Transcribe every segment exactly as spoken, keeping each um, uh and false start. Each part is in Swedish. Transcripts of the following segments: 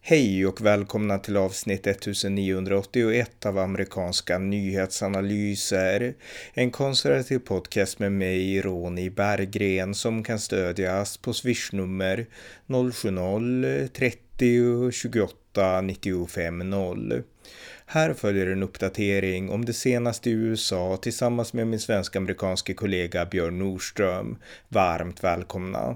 Hej och välkomna till avsnitt nittonhundraåttioett av amerikanska nyhetsanalyser. En konservativ podcast med mig, Ronny Berggren, som kan stödjas på swishnummer noll sju noll trettio tjugoåtta nittiofem noll. Här följer en uppdatering om det senaste i U S A tillsammans med min svensk-amerikanske kollega Björn Nordström. Varmt välkomna.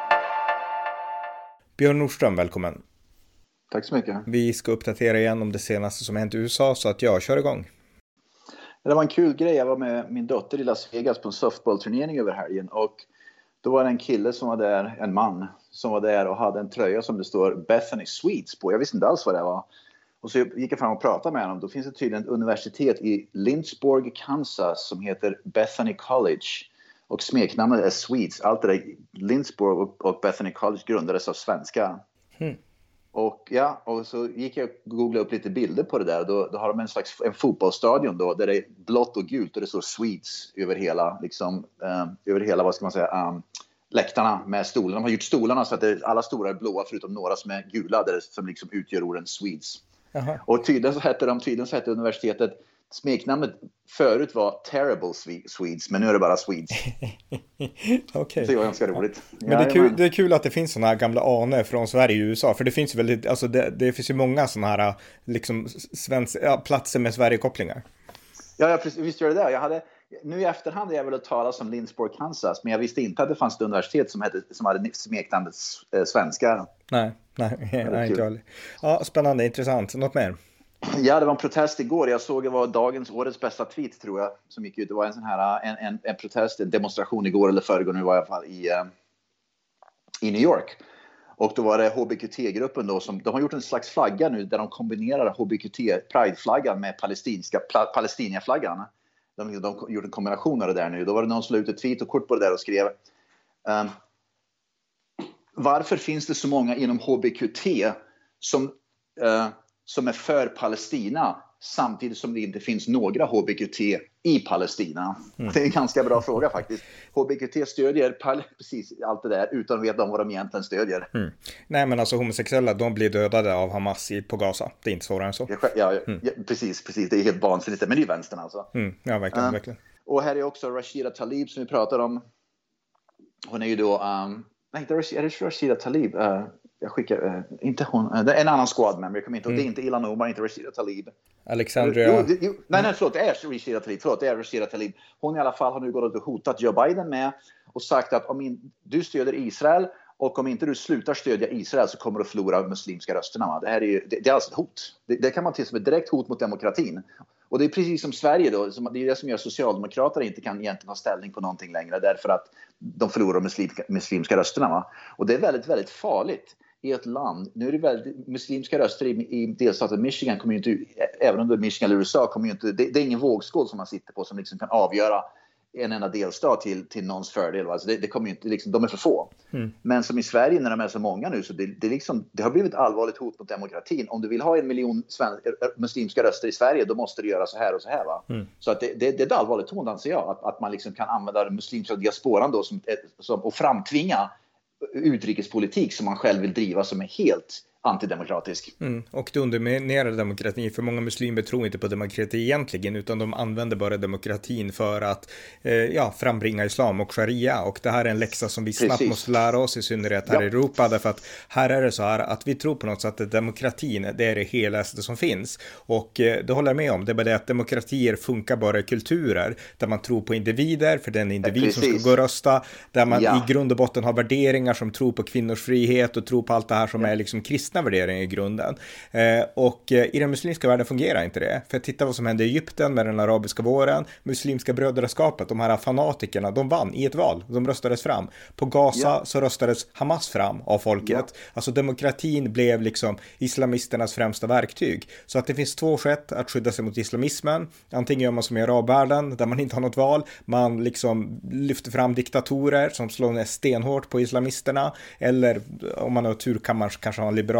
Björn Nordström, välkommen. Tack så mycket. Vi ska uppdatera igen om det senaste som hänt i U S A, så att jag kör igång. Det var en kul grej. Jag var med min dotter i Las Vegas på en softballturnering över helgen. Och då var det en kille som var där, en man som var där och hade en tröja som det står Bethany Swedes på. Jag visste inte alls vad det var. Och så gick jag fram och pratade med honom. Då finns det tydligen ett universitet i Lynchburg, Kansas som heter Bethany College. Och smeknamnet är Swedes. Allt det där, Lynchburg och Bethany College grundades av svenska. Mm. Och ja, och så gick jag och googlade upp lite bilder på det där. Då, då har de en slags en fotbollsstadion då, där det är blått och gult och det står Swedes över hela, liksom, um, över hela, vad ska man säga, um, läktarna med stolarna. De har gjort stolarna så att det, alla stolar är blåa förutom några som är gula, där det, som liksom utgör orden Swedes. Aha. Och tydligen så hette de, tydligen så hette universitetet, smeknamnet förut var Terrible Swedes, men nu är det bara Swedes. Okay. Det var ganska roligt. Men det är, kul, det är kul att det finns såna här gamla aner från Sverige i U S A, för det finns ju väldigt, alltså det, det finns ju många såna här liksom svensk, ja, platser med Sverige-kopplingar. Ja, ja, precis, visst gör det där. Jag hade, nu i efterhand är jag väl att tala som Lynchburg, Kansas, men jag visste inte att det fanns ett universitet som, hette, som hade smeknamnet eh, svenska. Nej, nej, nej inte jag. Ja, spännande, intressant. Något mer? Ja, det var en protest igår. Jag såg det var dagens, årets bästa tweet, tror jag, som gick ut. Det var en sån här, en, en, en protest, en demonstration igår eller förrgår, nu var jag i alla fall i, uh, i New York. Och då var det H B Q T-gruppen då, som, de har gjort en slags flagga nu där de kombinerar H B Q T-Pride-flaggan med palestinska, Palestina-flaggan. De, de har gjort en kombination av det där nu. Då var det någon som la ut ett tweet och kort på det där och skrev um, varför finns det så många inom H B Q T som... Uh, som är för Palestina samtidigt som det inte finns några H B Q T i Palestina? Mm. Det är en ganska bra fråga faktiskt. H B Q T stödjer precis allt det där utan att veta vad de egentligen stödjer. Mm. Nej, men alltså homosexuella, de blir dödade av Hamas på Gaza. Det är inte svårare än så. Ja, ja, mm. ja precis, precis. Det är helt vansinnigt. Men det är vänstern alltså. Mm. Ja, verkligen, uh, verkligen. Och här är också Rashida Tlaib som vi pratar om. Hon är ju då... Um, nej, det är, är det Rashida Tlaib? Uh, Jag skickar, uh, inte hon, det är en annan squad member, jag kommer inte, mm. det är inte Ilhan Omar, inte Rashida Tlaib. Alexandria. Jo, det, jo, nej, nej, förlåt, det är Rashida Tlaib, förlåt, det är Rashida Tlaib. Hon i alla fall har nu gått och hotat Joe Biden med och sagt att om in, du stöder Israel och om inte du slutar stödja Israel så kommer du att förlora muslimska rösterna. Va? Det, här är ju, det, det är alltså ett hot. Det, det kan man till som ett direkt hot mot demokratin. Och det är precis som Sverige då, som, det är det som gör att socialdemokrater inte kan egentligen ta ställning på någonting längre därför att de förlorar muslimska, muslimska rösterna. Va? Och det är väldigt, väldigt farligt i ett land. Nu är det väldigt muslimska röster i, i delstaten Michigan kommer ju inte, även om det är Michigan eller U S A, kommer ju inte, det, det är ingen vågskål som man sitter på som liksom kan avgöra en enda delstat till, till någons fördel. Alltså det, det kommer ju inte, liksom, de är för få. Mm. Men som i Sverige när de är så många nu så det, det, liksom, det har blivit ett allvarligt hot mot demokratin. Om du vill ha en miljon sven, muslimska röster i Sverige då måste du göra så här och så här. Va? Mm. Så att det, det, det är ett allvarligt hot, anser jag. Att, att man liksom kan använda den muslimska diasporan då som, som, och framtvinga utrikespolitik som man själv vill driva som är helt antidemokratisk. Mm. Och det underminerar demokratin, för många muslimer tror inte på demokrati egentligen, utan de använder bara demokratin för att eh, ja, frambringa islam och sharia, och det här är en läxa som vi snabbt Precis. måste lära oss, i synnerhet här ja. i Europa, därför att här är det så här att vi tror på något sätt att demokratin, det är det helaste som finns, och eh, det håller jag med om. Det är bara det att demokratier funkar bara i kulturer där man tror på individer, för den individ Precis. som ska gå och rösta, där man ja. i grund och botten har värderingar som tror på kvinnors frihet och tror på allt det här som ja. är liksom kristna värderingar i grunden. Eh, och eh, i den muslimska världen fungerar inte det. För titta vad som hände i Egypten med den arabiska våren. Muslimska brödraskapet, de här fanatikerna, de vann i ett val. De röstades fram. På Gaza ja. så röstades Hamas fram av folket. Ja. Alltså demokratin blev liksom islamisternas främsta verktyg. Så att det finns två sätt att skydda sig mot islamismen. Antingen gör man som i arabvärlden, där man inte har något val. Man liksom lyfter fram diktatorer som slår ner stenhårt på islamisterna. Eller om man har tur kan man kanske ha en liberal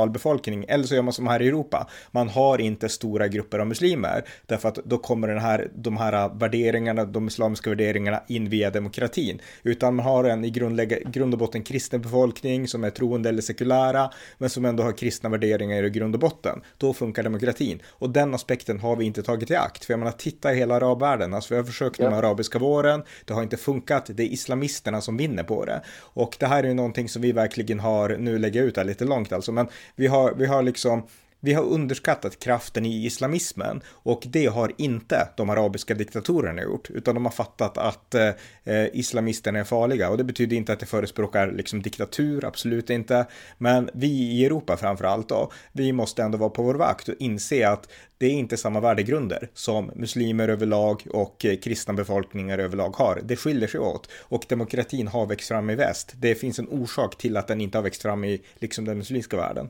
generalbefolkning, eller så gör man som här i Europa. Man har inte stora grupper av muslimer, därför att då kommer den här, de här värderingarna, de islamiska värderingarna in via demokratin. Utan man har en i grund och botten kristen befolkning som är troende eller sekulära, men som ändå har kristna värderingar i grund och botten. Då funkar demokratin. Och den aspekten har vi inte tagit i akt. För jag menar, titta i hela arabvärlden. Alltså vi har försökt med ja. arabiska våren, det har inte funkat. Det är islamisterna som vinner på det. Och det här är ju någonting som vi verkligen har, nu lägger ut det lite långt alltså, men vi har, vi har liksom Vi har underskattat kraften i islamismen, och det har inte de arabiska diktatorerna gjort, utan de har fattat att eh, islamisterna är farliga, och det betyder inte att det förespråkar liksom diktatur, absolut inte, men vi i Europa framförallt då, vi måste ändå vara på vår vakt och inse att det är inte samma värdegrunder som muslimer överlag och eh, kristna befolkningar överlag har. Det skiljer sig åt, och demokratin har växt fram i väst. Det finns en orsak till att den inte har växt fram i liksom den muslimska världen.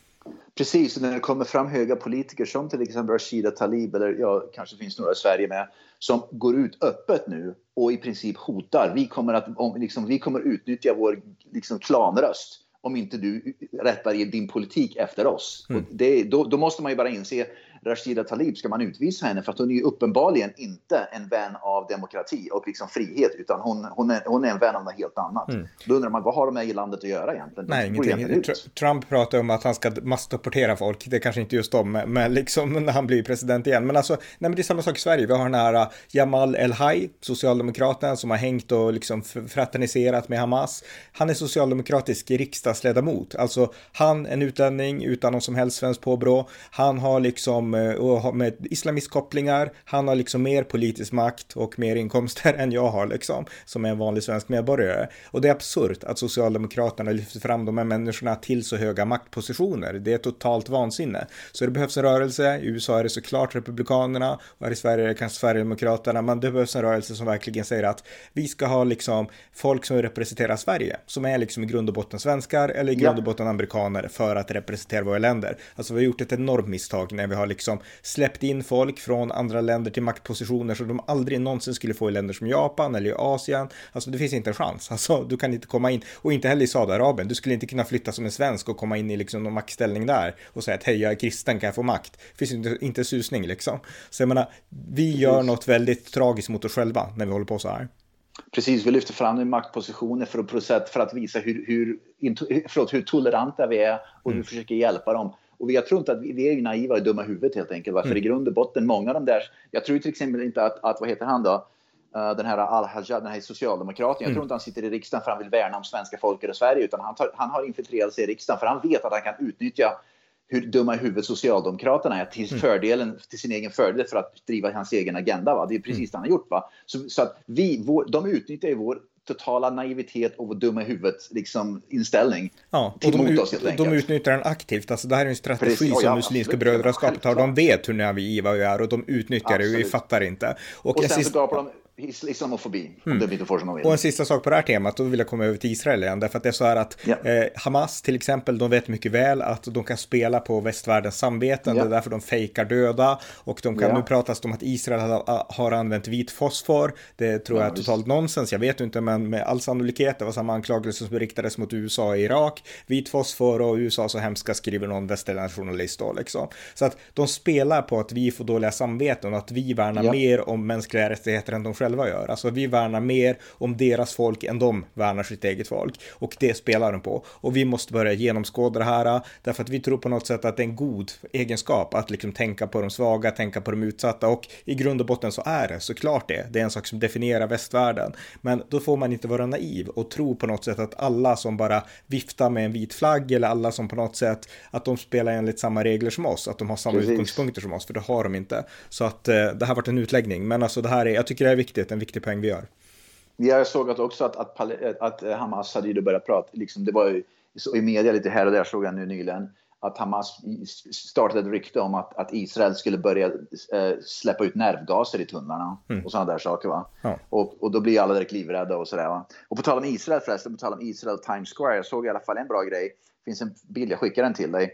Precis, och när det kommer fram höga politiker som till exempel Rashida Tlaib, eller ja, kanske finns några i Sverige med, som går ut öppet nu och i princip hotar. Vi kommer att om, liksom, vi kommer utnyttja vår liksom, klanröst om inte du rättar i din politik efter oss. Mm. Och det, då, då måste man ju bara inse, Rashida Tlaib, ska man utvisa henne för att hon är ju uppenbarligen inte en vän av demokrati och liksom frihet, utan hon, hon, är, hon är en vän av något helt annat. Mm. Då undrar man, vad har de här i landet att göra egentligen? Nej, ingenting. Trump pratar om att han ska massdeportera folk. Det är kanske inte just dem, men liksom när han blir president igen. Men alltså, nej, men det är samma sak i Sverige. Vi har den här Jamal El-Haj, socialdemokraten, som har hängt och liksom fraterniserat med Hamas. Han är socialdemokratisk riksdagsledamot. Alltså, han är en utlänning utan någon som helst svensk påbrå. Han har liksom och med islamistkopplingar, han har liksom mer politisk makt och mer inkomster än jag har liksom, som är en vanlig svensk medborgare. Och det är absurt att Socialdemokraterna lyfter fram de här människorna till så höga maktpositioner. Det är totalt vansinne. Så det behövs en rörelse. I U S A är det såklart Republikanerna, och här i Sverige är det kanske Sverigedemokraterna, men det behövs en rörelse som verkligen säger att vi ska ha liksom folk som representerar Sverige, som är liksom i grund och botten svenskar eller i grund och botten amerikaner, för att representera våra länder. Alltså vi har gjort ett enormt misstag när vi har liksom släppt in folk från andra länder till maktpositioner som de aldrig någonsin skulle få i länder som Japan eller i Asien. Alltså det finns inte en chans. Alltså du kan inte komma in, och inte heller i Saudiarabien. Du skulle inte kunna flytta som en svensk och komma in i liksom någon maktställning där och säga att hej, jag är kristen, kan jag få makt? Det finns inte, inte susning liksom. Så jag menar, vi gör Precis. något väldigt tragiskt mot oss själva när vi håller på så här. Precis, vi lyfter fram i maktpositioner för att, för att visa hur, hur, förlåt, hur toleranta vi är, och mm. vi försöker hjälpa dem. Och jag tror inte att vi, vi är naiva och dumma huvudet helt enkelt. Varför mm. i grund och botten, många av dem där, jag tror till exempel inte att, att vad heter han då? Uh, den här Al-Hajjad, den här socialdemokraten. Jag mm. tror inte han sitter i riksdagen för han vill värna om svenska folket och Sverige, utan han, tar, han har infiltrerat sig i riksdagen för han vet att han kan utnyttja hur dumma i huvudet Socialdemokraterna är till, fördelen, till sin egen fördel för att driva hans egen agenda. Va? Det är precis mm. det han har gjort. Va? Så, så att vi, vår, de utnyttjar ju vår totala naivitet och vår dumma i huvudet liksom, inställning ja, och de, oss, och de utnyttjar den aktivt. Alltså, det här är en strategi Precis, som ja, muslimska brödraskapet har. De vet hur naiva vi är och de utnyttjar absolut. det och vi fattar inte. Och, och sen sist... så gapar de islamofobi. Mm. Det blir som och en sista sak på det här temat, då vill jag komma över till Israel igen, därför att det är så här att ja. eh, Hamas till exempel, de vet mycket väl att de kan spela på västvärldens samveten, ja. det är därför de fejkar döda, och de kan ja. nu pratas om att Israel har, har använt vit fosfor. Det tror ja, jag är totalt visst. nonsens, jag vet inte, men med all sannolikhet det var samma anklagelse som riktades mot U S A och Irak. Vit fosfor och U S A så hemska, skriver någon västerländsk journalist då liksom. Så att de spelar på att vi får dåliga samveten och att vi värnar ja. mer om mänskliga rättigheter än de själva gör. Alltså vi värnar mer om deras folk än de värnar sitt eget folk. Och det spelar de på. Och vi måste börja genomskåda det här, därför att vi tror på något sätt att det är en god egenskap att liksom tänka på de svaga, tänka på de utsatta. Och i grund och botten så är det såklart det. Det är en sak som definierar västvärlden. Men då får man inte vara naiv och tro på något sätt att alla som bara viftar med en vit flagg, eller alla som på något sätt att de spelar enligt samma regler som oss, att de har samma Precis. utgångspunkter som oss, för det har de inte. Så att eh, det här har varit en utläggning, men alltså det här är, jag tycker det är viktigt, en viktig poäng vi gör. Jag såg att också att, att, att Hamas hade ju börjat prata, liksom, det var ju i media lite här och där, såg jag nu nyligen, att Hamas startade ett rykte om att, att Israel skulle börja äh, släppa ut nervgaser i tunnlarna mm. och sådana där saker, va? Ja. Och, och då blir alla direkt livrädda och sådär, va? Och på tal om Israel förresten, på tal om Israel Times Square, jag såg i alla fall en bra grej. Det finns en bild, jag skickar den till dig.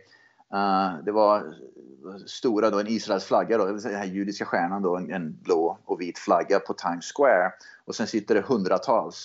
Uh, det var stora då, en Israels flagga då, den här judiska stjärnan då, en, en blå och vit flagga på Times Square, och sen sitter det hundratals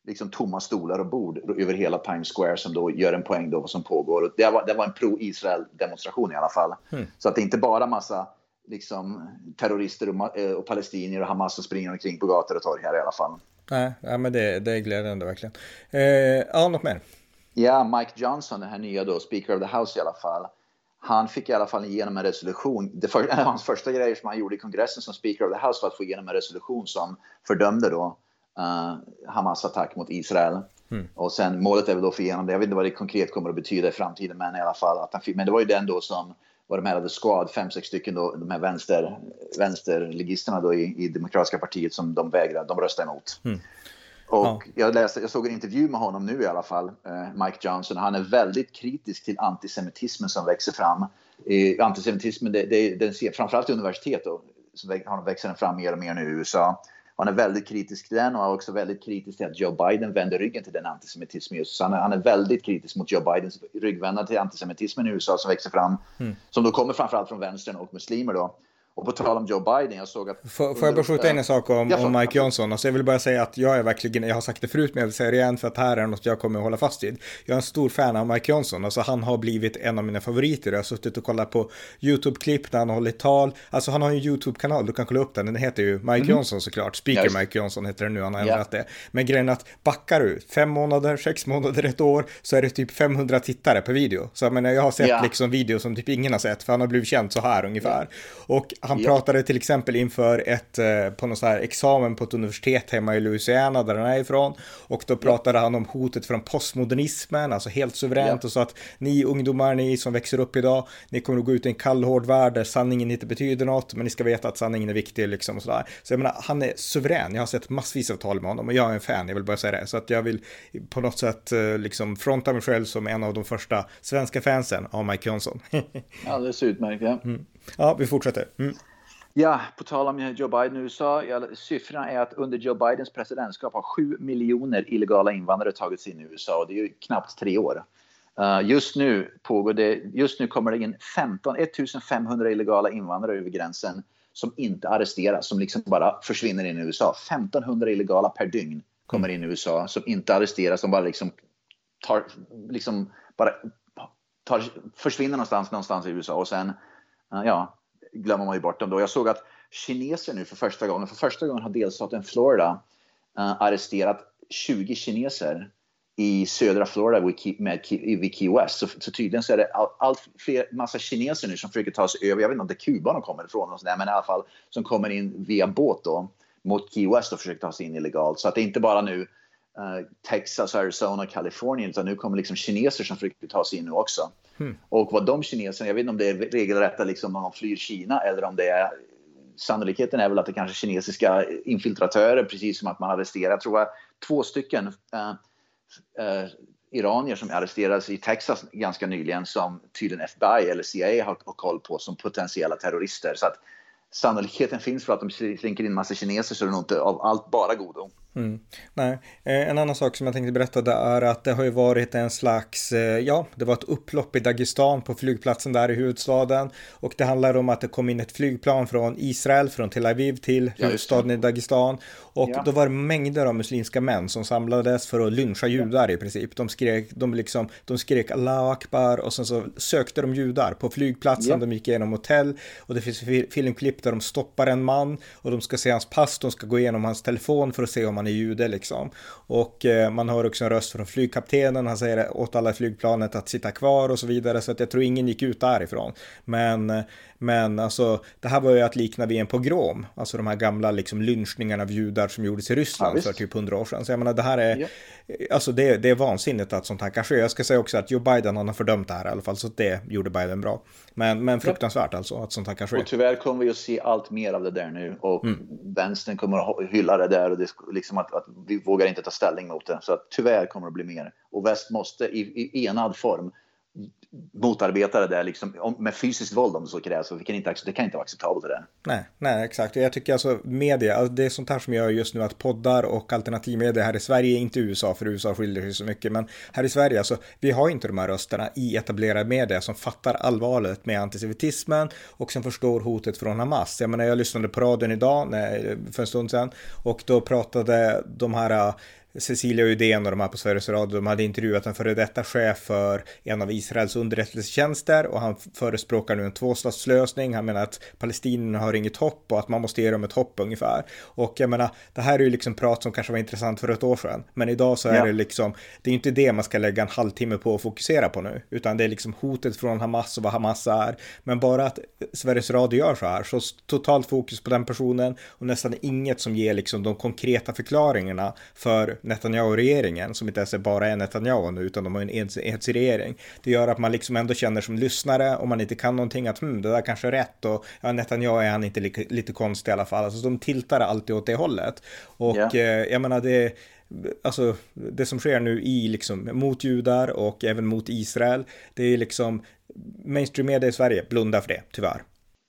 liksom tomma stolar och bord över hela Times Square som då gör en poäng då vad som pågår. Och det var, det var en pro-Israel demonstration i alla fall. Mm. Så att det är inte bara massa liksom terrorister och, och palestinier och Hamas som springer omkring på gator och torg här i alla fall. Nej, ja, men det, det är glädjande verkligen. Eh, ja, något mer? Ja, Mike Johnson, den här nya då, Speaker of the House i alla fall. Han fick i alla fall igenom en resolution. Det för, en av hans första grejer som han gjorde i kongressen som Speaker of the House var att få igenom en resolution som fördömde då uh, Hamas attack mot Israel. Mm. Och sen målet är väl då att få igenom det. Jag vet inte vad det konkret kommer att betyda i framtiden, men i alla fall att han fick, men det var ju den då som var de här The Squad, fem, sex stycken då, de här vänster, vänsterligisterna då i, i Demokratiska partiet som de vägrade, de röstade emot. Mm. Och ja. jag, läste, jag såg en intervju med honom nu i alla fall, eh, Mike Johnson. Han är väldigt kritisk till antisemitismen som växer fram. Eh, antisemitismen, det, det, den ser, framförallt i universitet då, så växer den fram mer och mer nu i U S A. Han är väldigt kritisk till den och är också väldigt kritisk till att Joe Biden vänder ryggen till den antisemitismen just. Så han är, han är väldigt kritisk mot Joe Bidens ryggvändare till antisemitismen i U S A som växer fram. Mm. Som då kommer framförallt från vänstern och muslimer då. Och på tal om Joe Biden, jag såg att... Får, får jag bara skjuta in en sak om, om Mike Johnson? Alltså jag vill bara säga att jag är verkligen, jag har sagt det förut men jag vill säga det igen för att här är något jag kommer att hålla fast vid. Jag är en stor fan av Mike Johnson, alltså han har blivit en av mina favoriter. Jag har suttit och kollat på YouTube-klipp när han har hållit tal. Alltså han har en YouTube-kanal, du kan kolla upp den, den heter ju Mike mm-hmm. Johnson såklart. Speaker yes. Mike Johnson heter den nu, han har ändrat yeah. det. Men grejen är att backar du fem månader, sex månader, ett år så är det typ femhundra tittare per video. Så jag menar, jag har sett yeah. liksom video som typ ingen har sett för han har blivit känd så här ungefär. Yeah. Och han yeah. pratade till exempel inför ett eh, på någon så här examen på ett universitet hemma i Louisiana där han är ifrån, och då pratade ja. han om hotet från postmodernismen, alltså helt suveränt ja. och så att ni ungdomar, ni som växer upp idag, ni kommer att gå ut i en kall hård värld där sanningen inte betyder något, men ni ska veta att sanningen är viktig liksom och sådär. Så jag menar, han är suverän, jag har sett massvis av tal med honom och jag är en fan, jag vill bara säga det, så att jag vill på något sätt eh, liksom fronta mig själv som en av de första svenska fansen av Mike Johnson. Ja, det är utmärkt, ja. Mm. Ja, vi fortsätter. Mm. Ja, på tal om Joe Biden i U S A, ja, siffrorna är att under Joe Bidens presidentskap har sju miljoner illegala invandrare tagits in i U S A och det är ju knappt tre år. Uh, just nu pågår det, just nu kommer det in femton, femtonhundra illegala invandrare över gränsen som inte arresteras, som liksom bara försvinner in i U S A. femtonhundra illegala per dygn kommer in i U S A som inte arresteras, de bara liksom tar, liksom bara tar, försvinner någonstans, någonstans i U S A och sen, uh, ja, glömmer man ju bort dem då. Jag såg att kineser nu för första gången, för första gången har delstaten Florida uh, arresterat tjugo kineser i södra Florida vid, med, vid Key West. Så, så tydligen så är det all, allt fler, massa kineser nu som försöker ta sig över, jag vet inte om det är Kuba de kommer ifrån, och sådär, men i alla fall som kommer in via båt då mot Key West och försöker ta sig in illegalt. Så att det är inte bara nu uh, Texas, Arizona, Kalifornien, utan nu kommer liksom kineser som försöker ta sig in nu också. Hmm. Och vad de kineserna, jag vet inte om det är regelrätta liksom om de flyr Kina eller om det är, sannolikheten är väl att det kanske är kinesiska infiltratörer, precis som att man arresterar, tror jag, två stycken uh, uh, iranier som arresterades i Texas ganska nyligen som tydligen F B I eller C I A har, har koll på som potentiella terrorister. Så att sannolikheten finns för att de slinker in massa kineser, så är det nog inte av allt bara godo. Mm. Nej. En annan sak som jag tänkte berätta, det är att det har ju varit en slags, ja, det var ett upplopp i Dagestan på flygplatsen där i huvudstaden, och det handlar om att det kom in ett flygplan från Israel, från Tel Aviv till huvudstaden i Dagestan, och ja. då var det mängder av muslimska män som samlades för att lyncha judar i princip. De skrek, de liksom, de skrek Allahu Akbar, och sen så sökte de judar på flygplatsen, ja. de gick igenom hotell, och det finns filmklipp där de stoppar en man och de ska se hans pass, de ska gå igenom hans telefon för att se om han är jude liksom. Och eh, man hör också en röst från flygkaptenen, han säger åt alla flygplanet att sitta kvar och så vidare, så att jag tror ingen gick ut därifrån. Men, men alltså, det här var ju att likna vid en pogrom, alltså de här gamla liksom lynchningarna av judar som gjordes i Ryssland ja, för typ hundra år sedan. Så jag menar, det här är, ja. alltså det, det är vansinnigt att sånt här kan ske. Jag ska säga också att Joe Biden, han har fördömt det här i alla fall, så det gjorde Biden bra. Men, men fruktansvärt ja. alltså att sånt här kan ske. Och tyvärr kommer vi att se allt mer av det där nu, och mm. vänstern kommer att hylla det där, och det liksom att, att vi vågar inte ta ställning mot det. Så att tyvärr kommer det att bli mer. Och väst måste i, i enad form motarbeta det där liksom, med fysiskt våld om det så krävs. Vi kan inte, det kan inte vara acceptabelt det där. Nej, nej, exakt. Jag tycker alltså media, alltså det är sånt här som jag gör just nu, att poddar och alternativmedia här i Sverige, inte U S A, för U S A skiljer sig så mycket, men här i Sverige, alltså, vi har inte de här rösterna i etablerad media som fattar allvaret med antisemitismen och som förstår hotet från Hamas. Jag menar, jag lyssnade på radion idag, nej, för en stund sedan, och då pratade de här Cecilia Uddén och de här på Sveriges Radio, de hade intervjuat en före detta chef för en av Israels underrättelsetjänster och han förespråkar nu en tvåstatslösning. Han menar att palestinierna har inget hopp och att man måste ge dem ett hopp ungefär. Och jag menar, det här är ju liksom prat som kanske var intressant för ett år sedan. Men idag så är ja. det liksom, det är inte det man ska lägga en halvtimme på att fokusera på nu. Utan det är liksom hotet från Hamas och vad Hamas är. Men bara att Sveriges Radio gör så här, så totalt fokus på den personen och nästan inget som ger liksom de konkreta förklaringarna för Netanyahu-regeringen, som inte ens är bara en Netanyahu nu, utan de har en enhetsregering. Det gör att man liksom ändå känner som lyssnare, om man inte kan någonting, att hm, det där kanske är rätt, och ja, Netanyahu är han inte li- lite konstig i alla fall. Alltså de tiltar alltid åt det hållet. Och yeah. eh, jag menar, det alltså det som sker nu i liksom mot judar och även mot Israel, det är liksom mainstream media i Sverige blundar för det, tyvärr.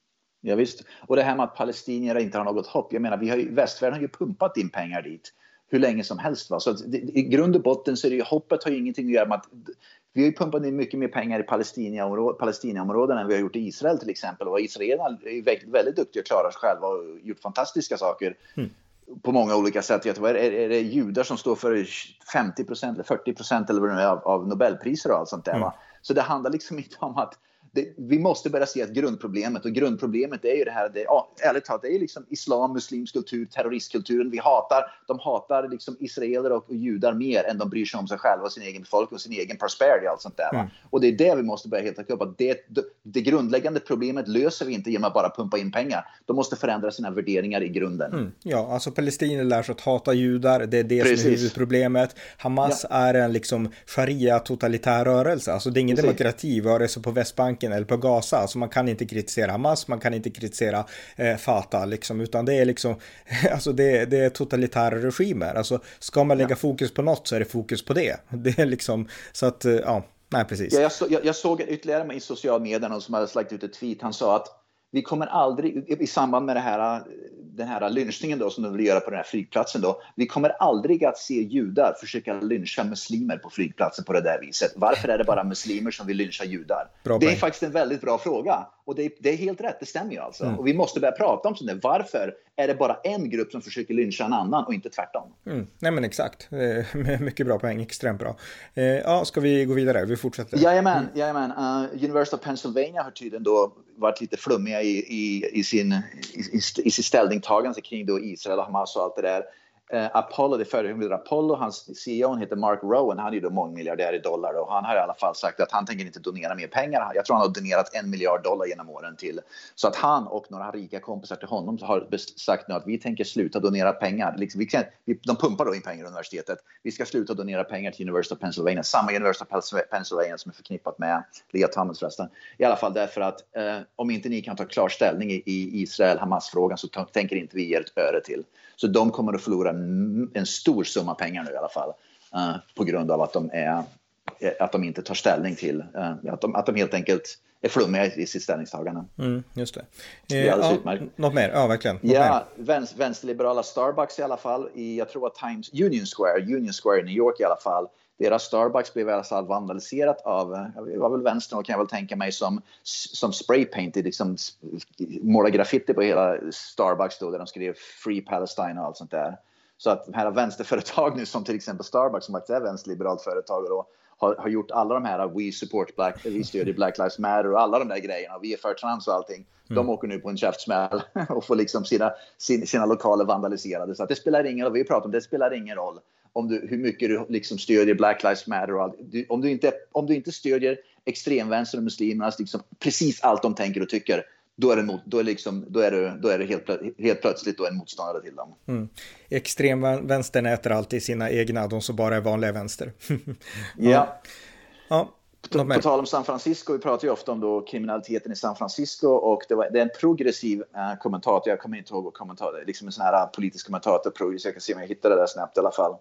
Ja visst, och det här med att palestinier inte har något hopp, jag menar, vi har ju, västvärlden har ju pumpat in pengar dit hur länge som helst, va? Så att det, i grund och botten så är det ju, hoppet har ju ingenting att göra med att vi har ju pumpat in mycket mer pengar i Palestinaområden Palestina än vi har gjort i Israel till exempel, och israelerna är ju väldigt, väldigt duktiga och klarar sig själva och gjort fantastiska saker mm. på många olika sätt. Jag tror, är, är det judar som står för femtio procent eller fyrtio procent eller vad det är av, av Nobelpriser och allt sånt där, mm. va? Så det handlar liksom inte om att Det, vi måste börja se att grundproblemet, och grundproblemet är ju det här, det, ja, ärligt talat, det är liksom islam, muslimsk kultur, terroristkulturen. Vi hatar, de hatar liksom israeler och, och judar mer än de bryr sig om sig själva och sin egen befolkning och sin egen prosperity och allt sånt där. Mm. Och det är det vi måste börja helt enkelt upp, att det, det, det grundläggande problemet löser vi inte genom att bara pumpa in pengar. De måste förändra sina värderingar i grunden. Mm. Ja, alltså palestinier lär sig att hata judar, det är det Precis. som är huvudproblemet. Hamas ja. är en liksom sharia-totalitär rörelse, alltså det är ingen Precis. demokrati, vare sig på Västbanken eller på Gaza, alltså man kan inte kritisera Hamas, man kan inte kritisera eh, Fatah liksom, utan det är liksom alltså det, det är totalitära regimer, alltså ska man lägga ja. fokus på något så är det fokus på det, det är liksom så att, ja, nej precis. Ja, jag, så, jag, jag såg ytterligare med i social media någon som hade slagit ut ett tweet, han sa att vi kommer aldrig, i samband med det här, den här lynchningen då som de vill göra på den här flygplatsen då, vi kommer aldrig att se judar försöka lyncha muslimer på flygplatsen på det där viset. Varför är det bara muslimer som vill lyncha judar? Bra det är poäng. Faktiskt en väldigt bra fråga. Och det är, det är helt rätt, det stämmer ju alltså. Mm. Och vi måste börja prata om sånt. Varför är det bara en grupp som försöker lyncha en annan och inte tvärtom? Mm. Nej men exakt, mycket bra poäng, extremt bra. Eh, ja, ska vi gå vidare? Vi fortsätter. Jajamän, mm. jajamän. Uh, University of Pennsylvania har tydligen då varit lite flummiga i, i, i, sin, i, i, i sin ställningstagande kring då Israel och Hamas och allt det där. Uh, Apollo, det förra Apollo, hans C E O heter Mark Rowan, han är ju då mångmiljardär i dollar och han har i alla fall sagt att han tänker inte donera mer pengar. Jag tror han har donerat en miljard dollar genom åren till. Så att han och några rika kompisar till honom har sagt nu att vi tänker sluta donera pengar. Liksom, vi kan, vi, de pumpar då in pengar i universitetet. Vi ska sluta donera pengar till University of Pennsylvania. Samma University of Pennsylvania som är förknippat med Lea Thomas förresten. I alla fall därför att eh, om inte ni kan ta klar ställning i, i Israel-Hamas-frågan så t- tänker inte vi ge ett öre till. Så de kommer att förlora en, en stor summa pengar nu i alla fall. Uh, på grund av att de, är, att de inte tar ställning till. Uh, att, de, att de helt enkelt är flummiga i, i sitt ställningstagande. Mm, just det. Eh, det är alldeles ja, utmärkt. Något mer? Ja, verkligen. Något ja, vänster, vänsterliberala Starbucks i alla fall. I, jag tror att Times Union Square, Union Square i New York i alla fall. Deras Starbucks blev i alla fall vandaliserat av, det var väl vänstern och kan jag väl tänka mig som, som spraypaint, liksom måla graffiti på hela Starbucks då, där de skrev Free Palestine och allt sånt där. Så att de här vänsterföretag nu som till exempel Starbucks som faktiskt är vänsterliberalt företag och har, har gjort alla de här We support Black, vi stödjer Black Lives Matter och alla de där grejerna, vi är för trans och allting. Mm. De åker nu på en käftsmäll och får liksom sina, sina, sina lokaler vandaliserade. Så att det spelar ingen roll, vi pratar om det spelar ingen roll om du, hur mycket du liksom stödjer Black Lives Matter och allt. Du, om, du inte, om du inte stödjer extremvänster och muslimernas liksom precis allt de tänker och tycker, då är det, då är liksom, då är det, då är det helt, helt plötsligt då en motståndare till dem. Mm. Extremvänstern äter alltid sina egna, de som bara är vanliga vänster. ja. ja. ja. På, på tal om San Francisco, vi pratar ju ofta om då kriminaliteten i San Francisco och det, var, det är en progressiv uh, kommentator, jag kommer inte ihåg vad kommentator, liksom en sån här politisk kommentator, progressiv, jag kan se om jag hittar det där snabbt i alla fall.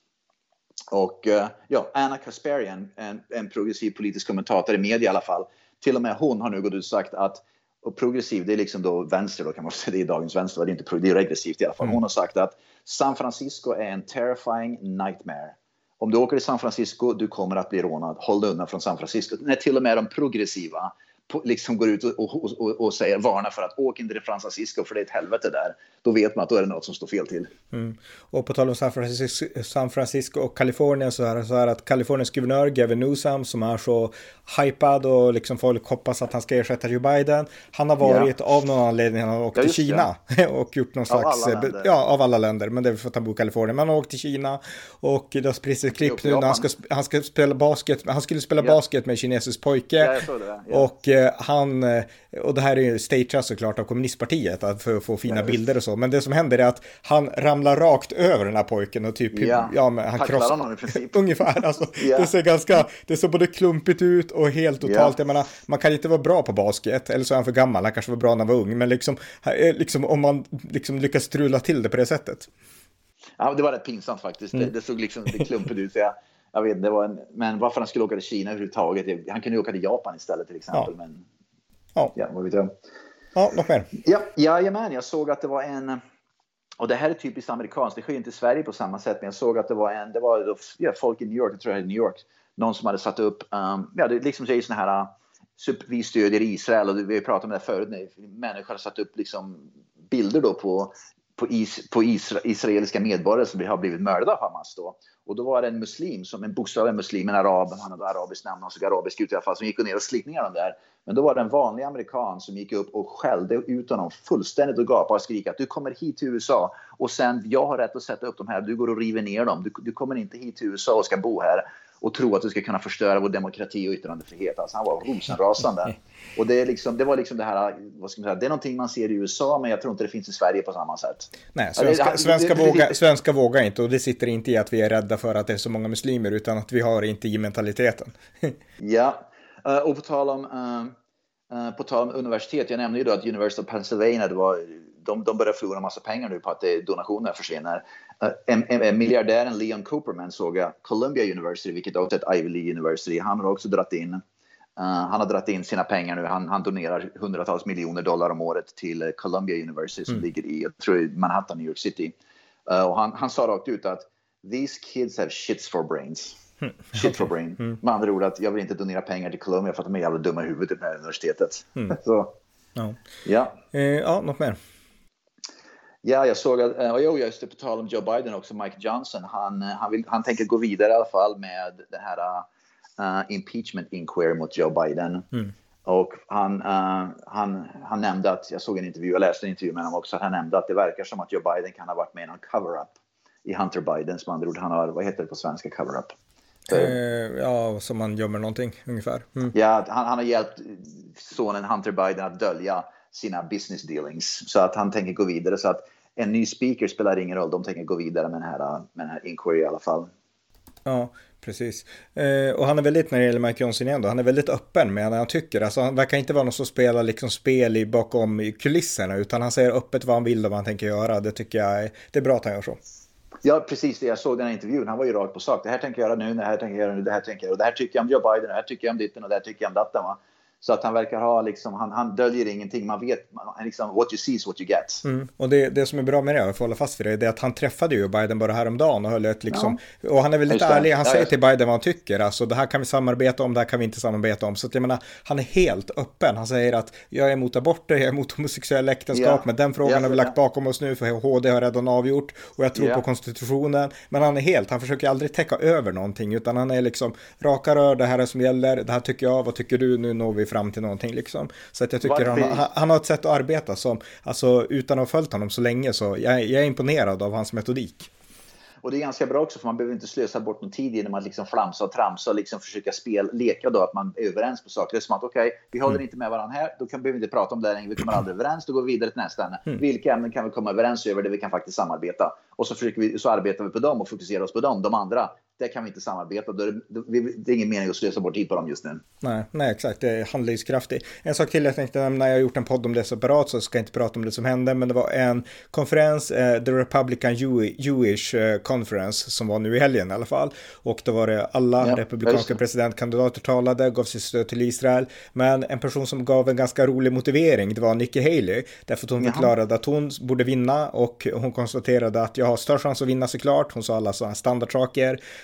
Och uh, ja, Anna Kasparian, en, en progressiv politisk kommentator i media i alla fall, till och med hon har nu gått ut och sagt att, och progressiv, det är liksom då vänster då kan man säga, det är dagens vänster, det är inte det är regressivt i alla fall. Hon har sagt att San Francisco är en terrifying nightmare. Om du åker till San Francisco, du kommer att bli rånad. Håll dig undan från San Francisco. När till och med de progressiva liksom går ut och, och, och, och säger, varnar för att åk inte till San Francisco för det är ett helvete där. Då vet man att då är det något som står fel till. Mm. Och på tal om San Francisco, San Francisco och Kalifornien så är det så här att Kaliforniens guvernör Gavin Newsom som är så hypad och liksom folk hoppas att han ska ersätta Joe Biden. Han har varit ja. av någon anledning han har åkt ja, till Kina ja. och gjort någon slags, av alla ja av alla länder, men det är för att han bor i Kalifornien. Men han har åkt till Kina och det har spridits ett klipp nu när han ska, han ska spela basket, han skulle spela ja. basket med en kinesisk pojke ja, jag såg det, ja. och eh, han, och det här är ju stageat såklart av kommunistpartiet för att få fina ja, bilder och så, men det som händer är att han ramlar rakt över den här pojken och typ ja, ja men han krossar honom i princip. Ungefär alltså, ja. det ser ganska, det ser både klumpigt ut och helt totalt, ja. jag menar, man kan inte vara bra på basket, eller så är han för gammal, han kanske var bra när han var ung, men liksom, liksom om man liksom lyckas strula till det på det sättet. Ja, det var rätt pinsamt faktiskt, mm. det, det såg liksom det klumpigt ut, så jag, jag vet, det var en, men varför han skulle åka till Kina överhuvudtaget, han kunde ju åka till Japan istället till exempel, ja. men ja, ja vad vet jag. Ja, något mer? Ja, jajamän, jag såg att det var en, och det här är typiskt amerikanskt, det sker inte i Sverige på samma sätt, men jag såg att det var en, det var ja, folk i New York, jag tror jag i New York, någon som hade satt upp, um, ja det liksom säger såna här, vi stödjer Israel, och vi har pratat om det förut, när människor har satt upp liksom bilder då på, på, is, på isra, israeliska medborgare som har blivit mördade av Hamas då. Och då var det en muslim, som en bokstavlig muslim, en arab, han hade arabiskt namn, han såg arabisk ut i alla fall, som gick ner och slitningar dem där. Men då var det en vanlig amerikan som gick upp och skällde ut honom fullständigt och gapade och skrika att du kommer hit till U S A och sen jag har rätt att sätta upp dem här, du går och river ner dem, du, du kommer inte hit till U S A och ska bo här och tro att du ska kunna förstöra vår demokrati och yttrandefrihet. Alltså han var rosenrasande. Och det, är liksom, det var liksom det här, vad ska man säga, det är någonting man ser i U S A, men jag tror inte det finns i Sverige på samma sätt. Nej, svenska, svenska, våga, svenska vågar inte, och det sitter inte i att vi är rädda för att det är så många muslimer, utan att vi har inte i mentaliteten. Ja, och på tal om uh, på tal om universitet, jag nämnde ju då att University of Pennsylvania, det var, de, de börjar förlora en massa pengar nu på att det, donationer försvinner. Uh, en, en, en miljardären Leon Cooperman såg jag, Columbia University, vilket också är ett Ivy League University, han har också dratt in uh, han har dratt in sina pengar nu, han, han donerar hundratals miljoner dollar om året till Columbia University som mm. ligger i, jag tror, Manhattan, New York City. Uh, och han, han sa rakt ut att these kids have shits for brains. Mm. Shit for brain. Mm. Med andra ord att jag vill inte donera pengar till Columbia för att de är jävla dumma i huvudet i det här universitetet. Mm. Så, ja. Ja. Eh, ja, något mer? Ja, jag såg att, och jo, just det, på tal om Joe Biden också, Mike Johnson, han, han, vill, han tänker gå vidare i alla fall med den här uh, impeachment inquiry mot Joe Biden. Mm. Och han, uh, han, han nämnde att, jag såg en intervju, jag läste en intervju med honom också, att han nämnde att det verkar som att Joe Biden kan ha varit med i någon cover-up i Hunter Biden, som andra ord, han har, vad heter det på svenska, cover-up? Eh, ja, som man gömmer någonting ungefär. Mm. Ja, han, han har hjälpt sonen Hunter Biden att dölja sina business dealings. Så att han tänker gå vidare. Så att en ny speaker spelar ingen roll. De tänker gå vidare med den här, med den här inquiry i alla fall. Ja, precis. Eh, och han är väldigt, när det gäller Mike Johnson igen då, han är väldigt öppen med när han tycker. Alltså han verkar inte vara någon som spelar liksom spel i bakom i kulisserna, utan han säger öppet vad han vill och vad han tänker göra. Det tycker jag är, det är bra att han gör så. Ja, precis det. Jag såg den här intervjun. Han var ju rakt på sak. Det här tänker jag göra nu, det här tänker jag göra nu, det här tänker jag göra. Och det här tycker jag om Joe Biden, det här tycker jag om ditten och det här tycker jag om datten, va? Så att han verkar ha liksom, han, han döljer ingenting. Man vet, man, liksom, what you see is what you get. Mm. Och det, det som är bra med det, jag får hålla fast vid det, det är att han träffade ju Biden bara häromdagen och höll ett liksom, ja. Och han är väldigt ärlig, han ja, säger till Biden vad han tycker, alltså det här kan vi samarbeta om, det här kan vi inte samarbeta om. Så att jag menar, han är helt öppen. Han säger att jag är emot aborter, jag är emot homosexuella äktenskap, ja. men den frågan ja, har vi lagt bakom oss nu, för H D har redan avgjort och jag tror ja. på konstitutionen. Men han är helt, han försöker aldrig täcka över någonting, utan han är liksom raka rör, det här är som gäller, det här tycker jag, vad tycker du, nu når vi fram till någonting liksom. Så att jag tycker han, han, han har ett sätt att arbeta som, alltså utan att ha följt honom så länge, så jag, jag är imponerad av hans metodik. Och det är ganska bra också, för man behöver inte slösa bort någon tid genom att liksom flamsa och tramsa och liksom försöka spel, leka då, att man är överens på saker. Det är som att okej, okay, vi håller mm. inte med varandra här, då kan, behöver vi inte prata om det längre, vi kommer aldrig överens, då går vi vidare till nästa ämne. Mm. Vilka ämnen kan vi komma överens över där vi kan faktiskt samarbeta? Och så, försöker vi, så arbetar vi på dem och fokuserar oss på dem, de andra. Där kan vi inte samarbeta. Då är det, då, det är ingen mening att slösa bort tid på dem just nu. Nej, nej, exakt. Det är handlingskraftigt. En sak till jag tänkte nämna, jag har gjort en podd om det separat, så ska jag inte prata om det som hände, men det var en konferens, eh, The Republican Jewish Conference, som var nu i helgen i alla fall. Och då var det alla ja, republikanska presidentkandidater talade, gav sitt stöd till Israel. Men en person som gav en ganska rolig motivering, det var Nikki Haley. Därför att hon Jaha. förklarade att hon borde vinna, och hon konstaterade att jag har störst chans att vinna såklart. Hon sa alla sådana standardsaker.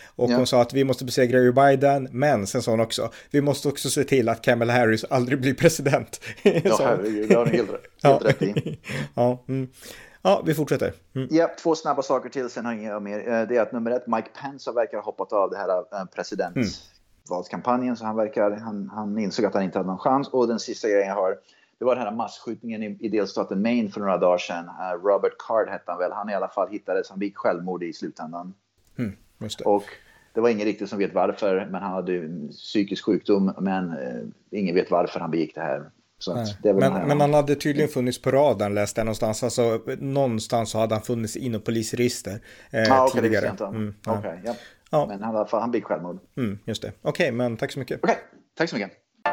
Och ja. hon sa att vi måste besegra Joe Biden, men sen sa hon också, vi måste också se till att Kamala Harris aldrig blir president. Ja, herregud, det har ni helt, helt rätt i. Ja, mm. Ja, vi fortsätter. Mm. Ja, två snabba saker till, sen har jag inga mer. Det är att nummer ett, Mike Pence verkar ha hoppat av det här presidentvalskampanjen, mm. så han verkar, han, han insåg att han inte hade någon chans. Och den sista grejen jag har, det var den här masskjutningen i, i delstaten Maine för några dagar sedan. Uh, Robert Card hette han väl, han i alla fall hittades, han begick självmord i slutändan. Mm, just det. Och det var ingen riktigt som vet varför, men han hade en psykisk sjukdom, men uh, ingen vet varför han begick det här. Så det men, men han hade tydligen funnits på radarn, läste jag någonstans. Alltså, någonstans så hade han funnits inom polisregister eh, ah, okay, tidigare. Mm, ja. Okay, ja. Ja. Men han, han begick självmord. Mm, just det. Okej, okay, men tack så mycket. Okej, okay, tack så mycket.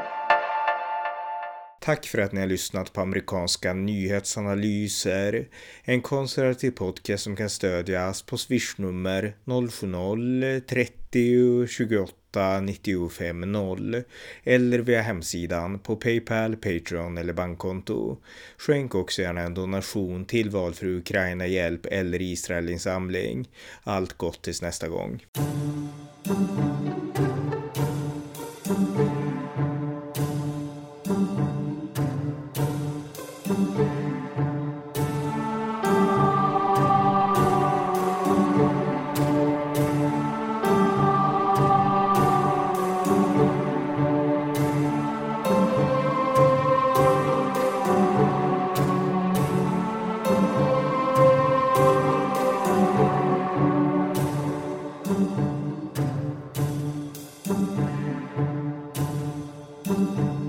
Tack för att ni har lyssnat på amerikanska nyhetsanalyser. En konservativ podcast som kan stödjas på swishnummer noll sju noll trettio tjugoåtta nittiofem noll eller via hemsidan på PayPal, Patreon eller bankkonto. Skänk också gärna en donation till valfri Ukraina hjälp eller Israelinsamling. Allt gott tills nästa gång. Thank you.